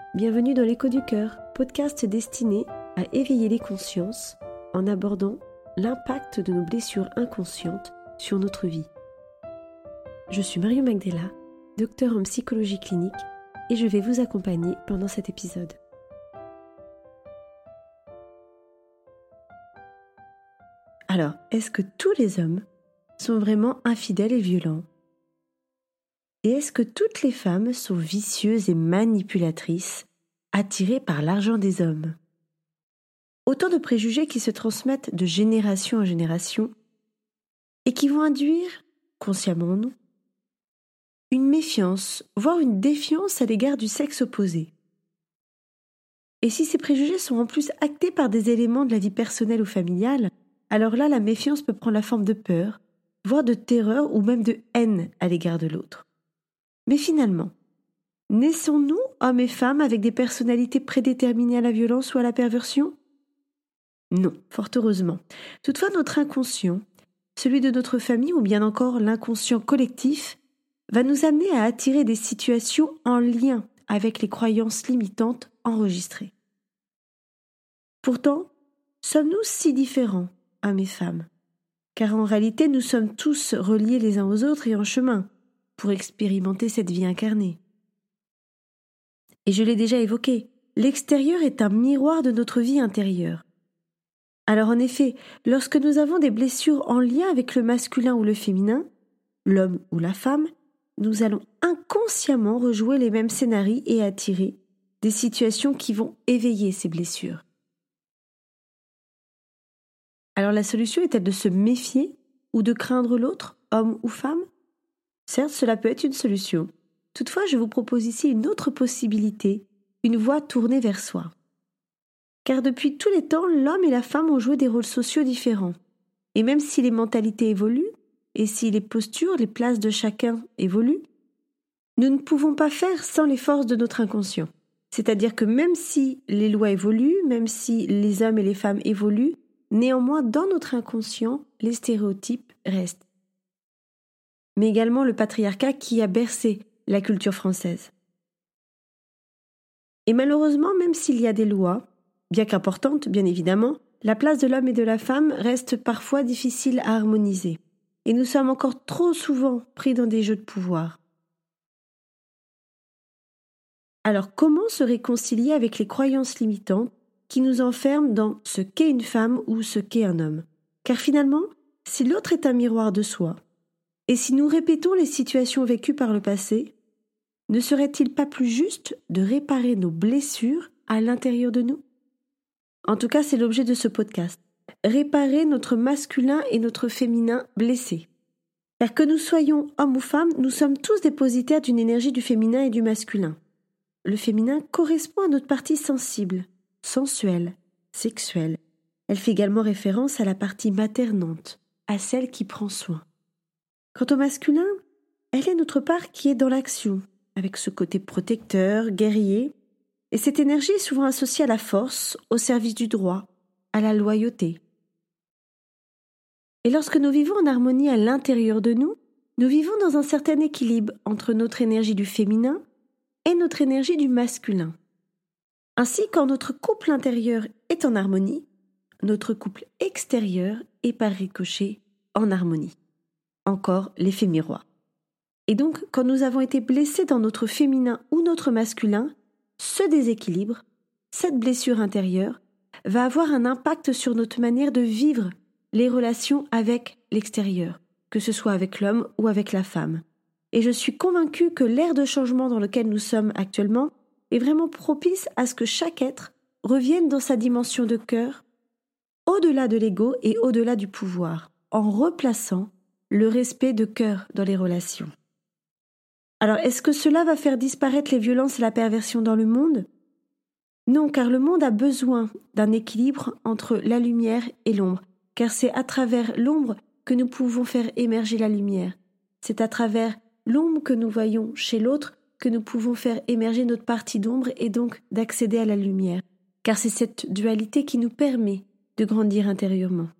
Bienvenue dans l'Écho du Cœur, podcast destiné à éveiller les consciences en abordant l'impact de nos blessures inconscientes sur notre vie. Je suis Marion Magdela, docteure en psychologie clinique et je vais vous accompagner pendant cet épisode. Alors, est-ce que tous les hommes sont vraiment infidèles et violents ? Et est-ce que toutes les femmes sont vicieuses et manipulatrices, attirées par l'argent des hommes ? Autant de préjugés qui se transmettent de génération en génération et qui vont induire, consciemment ou non, une méfiance, voire une défiance à l'égard du sexe opposé. Et si ces préjugés sont en plus actés par des éléments de la vie personnelle ou familiale, alors là, la méfiance peut prendre la forme de peur, voire de terreur ou même de haine à l'égard de l'autre. Mais finalement, naissons-nous, hommes et femmes, avec des personnalités prédéterminées à la violence ou à la perversion ? Non, fort heureusement. Toutefois, notre inconscient, celui de notre famille ou bien encore l'inconscient collectif, va nous amener à attirer des situations en lien avec les croyances limitantes enregistrées. Pourtant, sommes-nous si différents, hommes et femmes ? Car en réalité, nous sommes tous reliés les uns aux autres et en chemin pour expérimenter cette vie incarnée. Et je l'ai déjà évoqué, l'extérieur est un miroir de notre vie intérieure. Alors en effet, lorsque nous avons des blessures en lien avec le masculin ou le féminin, l'homme ou la femme, nous allons inconsciemment rejouer les mêmes scénarios et attirer des situations qui vont éveiller ces blessures. Alors la solution est-elle de se méfier ou de craindre l'autre, homme ou femme ? Certes, cela peut être une solution. Toutefois, je vous propose ici une autre possibilité, une voie tournée vers soi. Car depuis tous les temps, l'homme et la femme ont joué des rôles sociaux différents. Et même si les mentalités évoluent, et si les postures, les places de chacun évoluent, nous ne pouvons pas faire sans les forces de notre inconscient. C'est-à-dire que même si les lois évoluent, même si les hommes et les femmes évoluent, néanmoins, dans notre inconscient, les stéréotypes restent. Mais également le patriarcat qui a bercé la culture française. Et malheureusement, même s'il y a des lois, bien qu'importantes, bien évidemment, la place de l'homme et de la femme reste parfois difficile à harmoniser. Et nous sommes encore trop souvent pris dans des jeux de pouvoir. Alors, comment se réconcilier avec les croyances limitantes qui nous enferment dans ce qu'est une femme ou ce qu'est un homme ? Car finalement, si l'autre est un miroir de soi, et si nous répétons les situations vécues par le passé, ne serait-il pas plus juste de réparer nos blessures à l'intérieur de nous ? En tout cas, c'est l'objet de ce podcast. Réparer notre masculin et notre féminin blessés. Car que nous soyons hommes ou femmes, nous sommes tous dépositaires d'une énergie du féminin et du masculin. Le féminin correspond à notre partie sensible, sensuelle, sexuelle. Elle fait également référence à la partie maternante, à celle qui prend soin. Quant au masculin, elle est notre part qui est dans l'action, avec ce côté protecteur, guerrier, et cette énergie est souvent associée à la force, au service du droit, à la loyauté. Et lorsque nous vivons en harmonie à l'intérieur de nous, nous vivons dans un certain équilibre entre notre énergie du féminin et notre énergie du masculin. Ainsi, quand notre couple intérieur est en harmonie, notre couple extérieur est par ricochet en harmonie. Encore l'effet miroir. Et donc, quand nous avons été blessés dans notre féminin ou notre masculin, ce déséquilibre, cette blessure intérieure, va avoir un impact sur notre manière de vivre les relations avec l'extérieur, que ce soit avec l'homme ou avec la femme. Et je suis convaincue que l'ère de changement dans lequel nous sommes actuellement est vraiment propice à ce que chaque être revienne dans sa dimension de cœur, au-delà de l'ego et au-delà du pouvoir, en replaçant le respect de cœur dans les relations. Alors, est-ce que cela va faire disparaître les violences et la perversion dans le monde ? Non, car le monde a besoin d'un équilibre entre la lumière et l'ombre, car c'est à travers l'ombre que nous pouvons faire émerger la lumière. C'est à travers l'ombre que nous voyons chez l'autre que nous pouvons faire émerger notre partie d'ombre et donc d'accéder à la lumière, car c'est cette dualité qui nous permet de grandir intérieurement.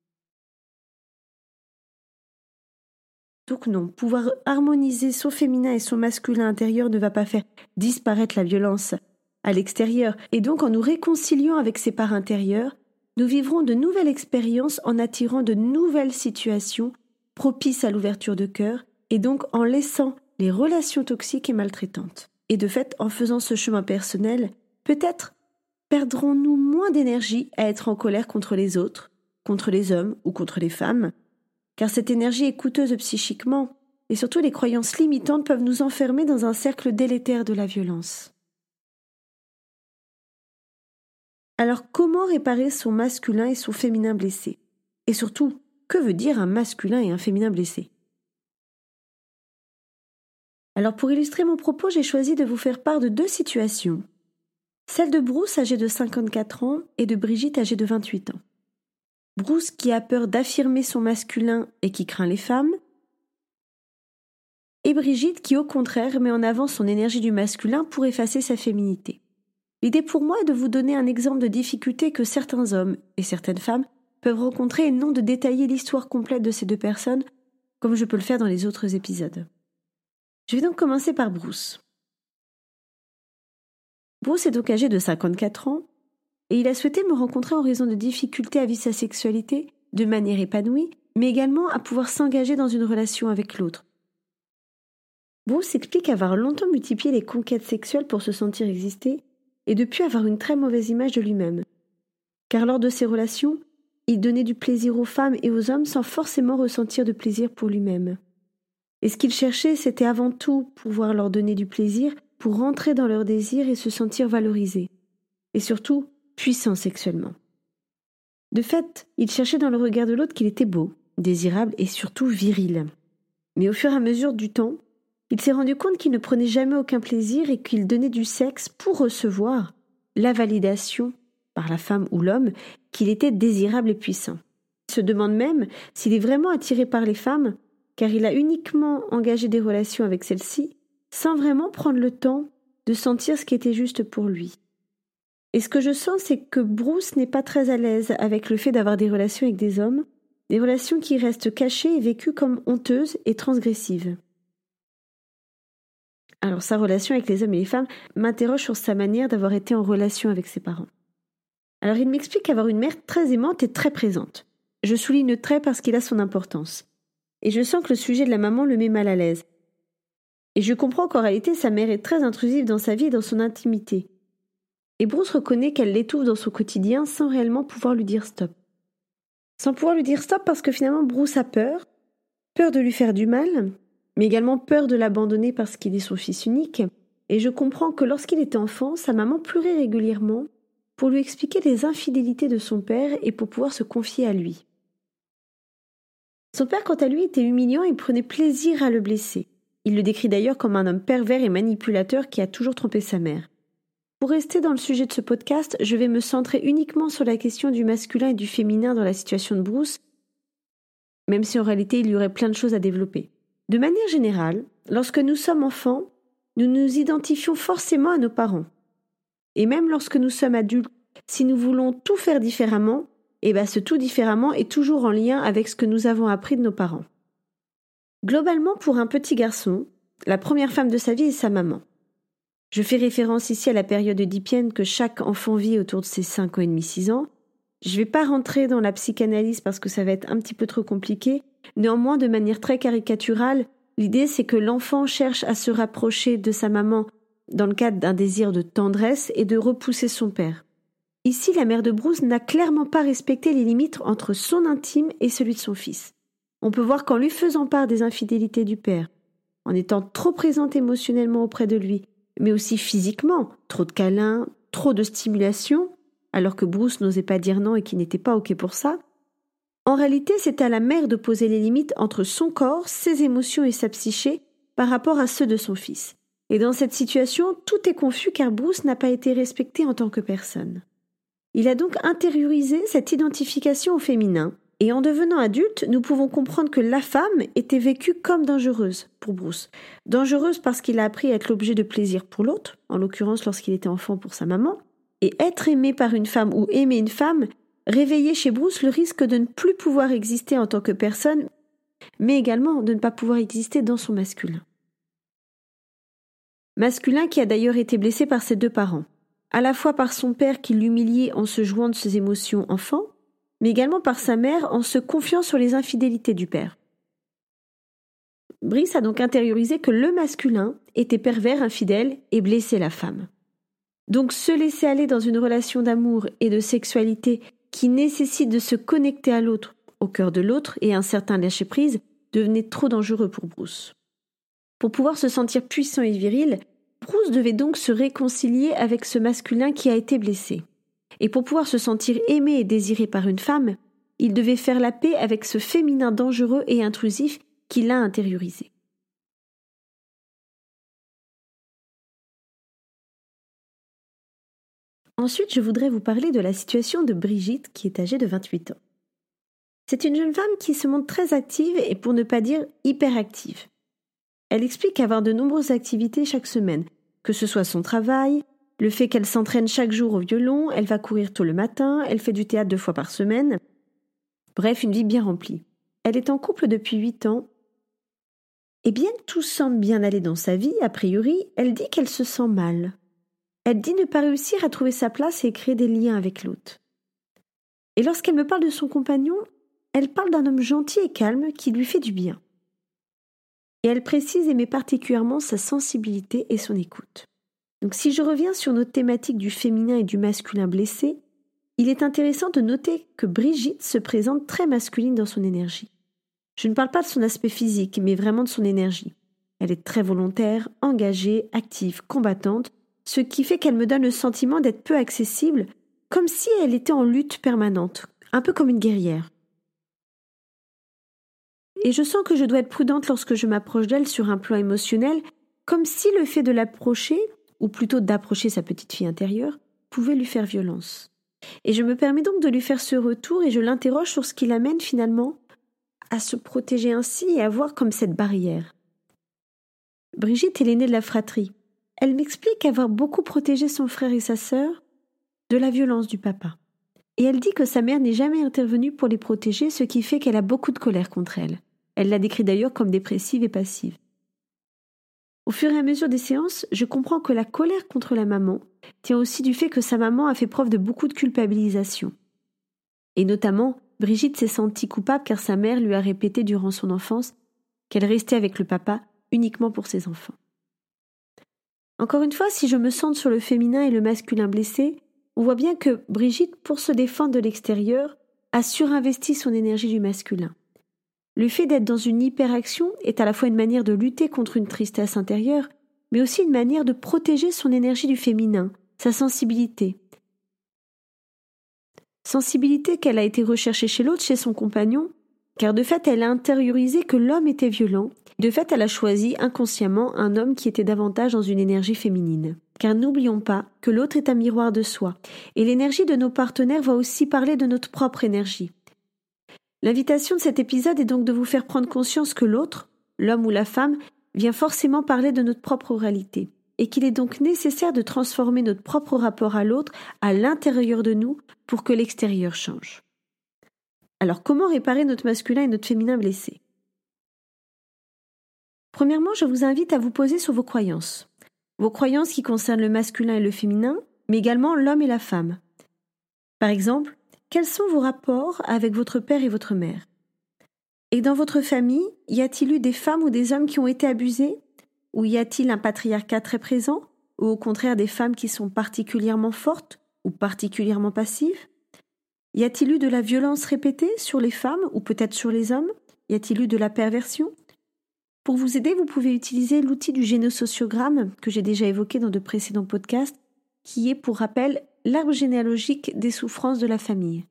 Donc non, pouvoir harmoniser son féminin et son masculin intérieur ne va pas faire disparaître la violence à l'extérieur. Et donc, en nous réconciliant avec ces parts intérieures, nous vivrons de nouvelles expériences en attirant de nouvelles situations propices à l'ouverture de cœur et donc en laissant les relations toxiques et maltraitantes. Et de fait, en faisant ce chemin personnel, peut-être perdrons-nous moins d'énergie à être en colère contre les autres, contre les hommes ou contre les femmes, car cette énergie est coûteuse psychiquement, et surtout les croyances limitantes peuvent nous enfermer dans un cercle délétère de la violence. Alors comment réparer son masculin et son féminin blessé? Et surtout, que veut dire un masculin et un féminin blessé? Alors pour illustrer mon propos, j'ai choisi de vous faire part de 2 situations. Celle de Bruce, âgé de 54 ans, et de Brigitte, âgée de 28 ans. Bruce qui a peur d'affirmer son masculin et qui craint les femmes, et Brigitte qui, au contraire, met en avant son énergie du masculin pour effacer sa féminité. L'idée pour moi est de vous donner un exemple de difficulté que certains hommes et certaines femmes peuvent rencontrer et non de détailler l'histoire complète de ces 2 personnes, comme je peux le faire dans les autres épisodes. Je vais donc commencer par Bruce. Bruce est donc âgé de 54 ans et il a souhaité me rencontrer en raison de difficultés à vivre sa sexualité de manière épanouie, mais également à pouvoir s'engager dans une relation avec l'autre. Bruce explique avoir longtemps multiplié les conquêtes sexuelles pour se sentir exister et depuis avoir une très mauvaise image de lui-même. Car lors de ses relations, il donnait du plaisir aux femmes et aux hommes sans forcément ressentir de plaisir pour lui-même. Et ce qu'il cherchait, c'était avant tout pouvoir leur donner du plaisir pour rentrer dans leurs désirs et se sentir valorisé. Et surtout, puissant sexuellement. De fait, il cherchait dans le regard de l'autre qu'il était beau, désirable et surtout viril. Mais au fur et à mesure du temps, il s'est rendu compte qu'il ne prenait jamais aucun plaisir et qu'il donnait du sexe pour recevoir la validation par la femme ou l'homme qu'il était désirable et puissant. Il se demande même s'il est vraiment attiré par les femmes, car il a uniquement engagé des relations avec celles-ci sans vraiment prendre le temps de sentir ce qui était juste pour lui. Et ce que je sens, c'est que Bruce n'est pas très à l'aise avec le fait d'avoir des relations avec des hommes, des relations qui restent cachées et vécues comme honteuses et transgressives. Alors sa relation avec les hommes et les femmes m'interroge sur sa manière d'avoir été en relation avec ses parents. Alors il m'explique avoir une mère très aimante et très présente. Je souligne très parce qu'il a son importance. Et je sens que le sujet de la maman le met mal à l'aise. Et je comprends qu'en réalité, sa mère est très intrusive dans sa vie et dans son intimité. Et Bruce reconnaît qu'elle l'étouffe dans son quotidien sans réellement pouvoir lui dire stop. Sans pouvoir lui dire stop parce que finalement Bruce a peur de lui faire du mal, mais également peur de l'abandonner parce qu'il est son fils unique. Et je comprends que lorsqu'il était enfant, sa maman pleurait régulièrement pour lui expliquer les infidélités de son père et pour pouvoir se confier à lui. Son père, quant à lui, était humiliant et prenait plaisir à le blesser. Il le décrit d'ailleurs comme un homme pervers et manipulateur qui a toujours trompé sa mère. Pour rester dans le sujet de ce podcast, je vais me centrer uniquement sur la question du masculin et du féminin dans la situation de Bruce, même si en réalité il y aurait plein de choses à développer. De manière générale, lorsque nous sommes enfants, nous nous identifions forcément à nos parents. Et même lorsque nous sommes adultes, si nous voulons tout faire différemment, ce tout différemment est toujours en lien avec ce que nous avons appris de nos parents. Globalement, pour un petit garçon, la première femme de sa vie est sa maman. Je fais référence ici à la période oedipienne que chaque enfant vit autour de ses 5 ans et demi, 6 ans. Je ne vais pas rentrer dans la psychanalyse parce que ça va être un petit peu trop compliqué. Néanmoins, de manière très caricaturale, l'idée c'est que l'enfant cherche à se rapprocher de sa maman dans le cadre d'un désir de tendresse et de repousser son père. Ici, la mère de Bruce n'a clairement pas respecté les limites entre son intime et celui de son fils. On peut voir qu'en lui faisant part des infidélités du père, en étant trop présente émotionnellement auprès de lui, mais aussi physiquement, trop de câlins, trop de stimulation, alors que Bruce n'osait pas dire non et qu'il n'était pas OK pour ça. En réalité, c'est à la mère de poser les limites entre son corps, ses émotions et sa psyché par rapport à ceux de son fils. Et dans cette situation, tout est confus car Bruce n'a pas été respecté en tant que personne. Il a donc intériorisé cette identification au féminin, et en devenant adulte, nous pouvons comprendre que la femme était vécue comme dangereuse pour Bruce. Dangereuse parce qu'il a appris à être l'objet de plaisir pour l'autre, en l'occurrence lorsqu'il était enfant pour sa maman, et être aimé par une femme ou aimer une femme réveillait chez Bruce le risque de ne plus pouvoir exister en tant que personne, mais également de ne pas pouvoir exister dans son masculin. Masculin qui a d'ailleurs été blessé par ses 2 parents. à la fois par son père qui l'humiliait en se jouant de ses émotions enfant, mais également par sa mère en se confiant sur les infidélités du père. Brice a donc intériorisé que le masculin était pervers, infidèle et blessait la femme. Donc se laisser aller dans une relation d'amour et de sexualité qui nécessite de se connecter à l'autre, au cœur de l'autre et un certain lâcher-prise devenait trop dangereux pour Bruce. Pour pouvoir se sentir puissant et viril, Bruce devait donc se réconcilier avec ce masculin qui a été blessé. Et pour pouvoir se sentir aimé et désiré par une femme, il devait faire la paix avec ce féminin dangereux et intrusif qui l'a intériorisé. Ensuite, je voudrais vous parler de la situation de Brigitte, qui est âgée de 28 ans. C'est une jeune femme qui se montre très active et pour ne pas dire hyperactive. Elle explique avoir de nombreuses activités chaque semaine, que ce soit son travail, le fait qu'elle s'entraîne chaque jour au violon, elle va courir tôt le matin, elle fait du théâtre 2 fois par semaine. Bref, une vie bien remplie. Elle est en couple depuis 8 ans. Et bien que tout semble bien aller dans sa vie, a priori, elle dit qu'elle se sent mal. Elle dit ne pas réussir à trouver sa place et créer des liens avec l'autre. Et lorsqu'elle me parle de son compagnon, elle parle d'un homme gentil et calme qui lui fait du bien. Et elle précise aimer particulièrement sa sensibilité et son écoute. Donc si je reviens sur notre thématique du féminin et du masculin blessé, il est intéressant de noter que Brigitte se présente très masculine dans son énergie. Je ne parle pas de son aspect physique, mais vraiment de son énergie. Elle est très volontaire, engagée, active, combattante, ce qui fait qu'elle me donne le sentiment d'être peu accessible, comme si elle était en lutte permanente, un peu comme une guerrière. Et je sens que je dois être prudente lorsque je m'approche d'elle sur un plan émotionnel, comme si le fait de l'approcher, ou plutôt d'approcher sa petite fille intérieure, pouvait lui faire violence. Et je me permets donc de lui faire ce retour et je l'interroge sur ce qui l'amène finalement à se protéger ainsi et à voir comme cette barrière. Brigitte est l'aînée de la fratrie. Elle m'explique avoir beaucoup protégé son frère et sa sœur de la violence du papa. Et elle dit que sa mère n'est jamais intervenue pour les protéger, ce qui fait qu'elle a beaucoup de colère contre elle. Elle la décrit d'ailleurs comme dépressive et passive. Au fur et à mesure des séances, je comprends que la colère contre la maman tient aussi du fait que sa maman a fait preuve de beaucoup de culpabilisation. Et notamment, Brigitte s'est sentie coupable car sa mère lui a répété durant son enfance qu'elle restait avec le papa uniquement pour ses enfants. Encore une fois, si je me centre sur le féminin et le masculin blessé, on voit bien que Brigitte, pour se défendre de l'extérieur, a surinvesti son énergie du masculin. Le fait d'être dans une hyperaction est à la fois une manière de lutter contre une tristesse intérieure, mais aussi une manière de protéger son énergie du féminin, sa sensibilité. Sensibilité qu'elle a été recherchée chez l'autre, chez son compagnon, car de fait elle a intériorisé que l'homme était violent. De fait elle a choisi inconsciemment un homme qui était davantage dans une énergie féminine. Car n'oublions pas que l'autre est un miroir de soi, et l'énergie de nos partenaires va aussi parler de notre propre énergie. L'invitation de cet épisode est donc de vous faire prendre conscience que l'autre, l'homme ou la femme, vient forcément parler de notre propre réalité, et qu'il est donc nécessaire de transformer notre propre rapport à l'autre à l'intérieur de nous pour que l'extérieur change. Alors comment réparer notre masculin et notre féminin blessés ? Premièrement, je vous invite à vous poser sur vos croyances. Vos croyances qui concernent le masculin et le féminin, mais également l'homme et la femme. Par exemple, quels sont vos rapports avec votre père et votre mère ? Et dans votre famille, y a-t-il eu des femmes ou des hommes qui ont été abusés ? Ou y a-t-il un patriarcat très présent ? Ou au contraire des femmes qui sont particulièrement fortes ou particulièrement passives ? Y a-t-il eu de la violence répétée sur les femmes ou peut-être sur les hommes ? Y a-t-il eu de la perversion ? Pour vous aider, vous pouvez utiliser l'outil du génosociogramme que j'ai déjà évoqué dans de précédents podcasts, qui est, pour rappel, l'arbre généalogique des souffrances de la famille.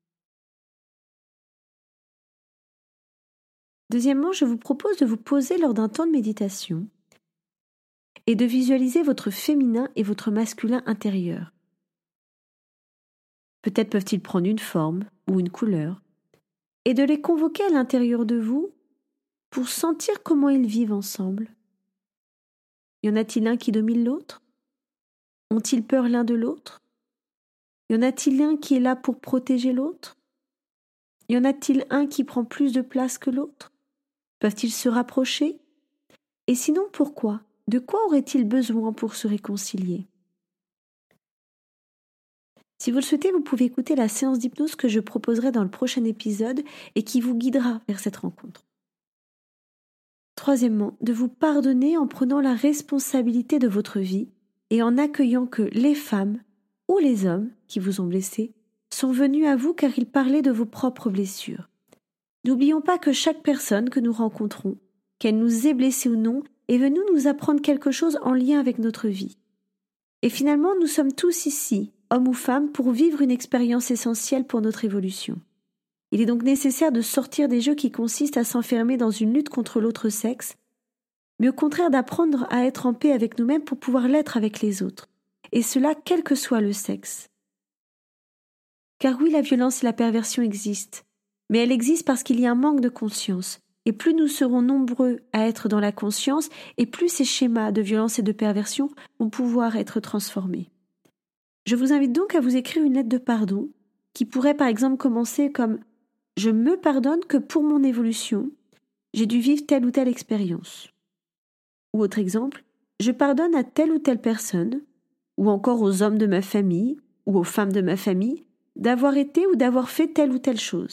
Deuxièmement, je vous propose de vous poser lors d'un temps de méditation et de visualiser votre féminin et votre masculin intérieur. Peut-être peuvent-ils prendre une forme ou une couleur, et de les convoquer à l'intérieur de vous pour sentir comment ils vivent ensemble. Y en a-t-il un qui domine l'autre ? Ont-ils peur l'un de l'autre ? Y en a-t-il un qui est là pour protéger l'autre ? Y en a-t-il un qui prend plus de place que l'autre ? Peuvent-ils se rapprocher ? Et sinon, pourquoi ? De quoi auraient-ils besoin pour se réconcilier ? Si vous le souhaitez, vous pouvez écouter la séance d'hypnose que je proposerai dans le prochain épisode et qui vous guidera vers cette rencontre. Troisièmement, de vous pardonner en prenant la responsabilité de votre vie et en accueillant que les femmes ou les hommes qui vous ont blessé sont venus à vous car ils parlaient de vos propres blessures. N'oublions pas que chaque personne que nous rencontrons, qu'elle nous ait blessée ou non, est venue nous apprendre quelque chose en lien avec notre vie. Et finalement, nous sommes tous ici, hommes ou femmes, pour vivre une expérience essentielle pour notre évolution. Il est donc nécessaire de sortir des jeux qui consistent à s'enfermer dans une lutte contre l'autre sexe, mais au contraire d'apprendre à être en paix avec nous-mêmes pour pouvoir l'être avec les autres, et cela quel que soit le sexe. Car oui, la violence et la perversion existent, mais elle existe parce qu'il y a un manque de conscience, et plus nous serons nombreux à être dans la conscience, et plus ces schémas de violence et de perversion vont pouvoir être transformés. Je vous invite donc à vous écrire une lettre de pardon, qui pourrait par exemple commencer comme « Je me pardonne que pour mon évolution, j'ai dû vivre telle ou telle expérience ». Ou autre exemple, « Je pardonne à telle ou telle personne, ou encore aux hommes de ma famille, ou aux femmes de ma famille, d'avoir été ou d'avoir fait telle ou telle chose. »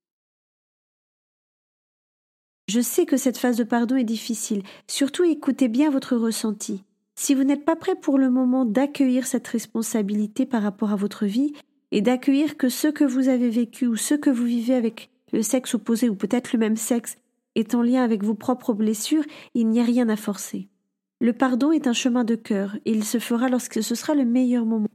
Je sais que cette phase de pardon est difficile, surtout écoutez bien votre ressenti. Si vous n'êtes pas prêt pour le moment d'accueillir cette responsabilité par rapport à votre vie et d'accueillir que ce que vous avez vécu ou ce que vous vivez avec le sexe opposé ou peut-être le même sexe est en lien avec vos propres blessures, il n'y a rien à forcer. Le pardon est un chemin de cœur et il se fera lorsque ce sera le meilleur moment.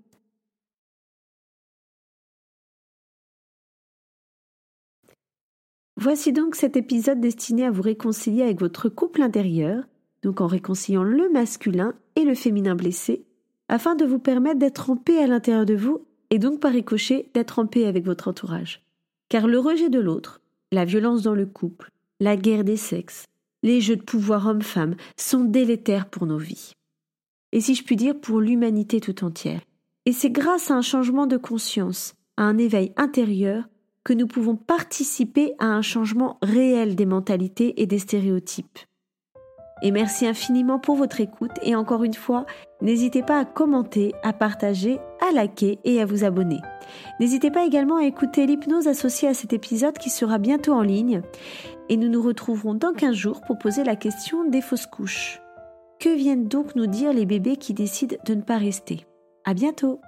Voici donc cet épisode destiné à vous réconcilier avec votre couple intérieur, donc en réconciliant le masculin et le féminin blessé, afin de vous permettre d'être en paix à l'intérieur de vous et donc par ricochet d'être en paix avec votre entourage. Car le rejet de l'autre, la violence dans le couple, la guerre des sexes, les jeux de pouvoir homme-femme sont délétères pour nos vies. Et si je puis dire pour l'humanité tout entière. Et c'est grâce à un changement de conscience, à un éveil intérieur, que nous pouvons participer à un changement réel des mentalités et des stéréotypes. Et merci infiniment pour votre écoute et encore une fois, n'hésitez pas à commenter, à partager, à liker et à vous abonner. N'hésitez pas également à écouter l'hypnose associée à cet épisode qui sera bientôt en ligne et nous nous retrouverons dans 15 jours pour poser la question des fausses couches. Que viennent donc nous dire les bébés qui décident de ne pas rester ? À bientôt!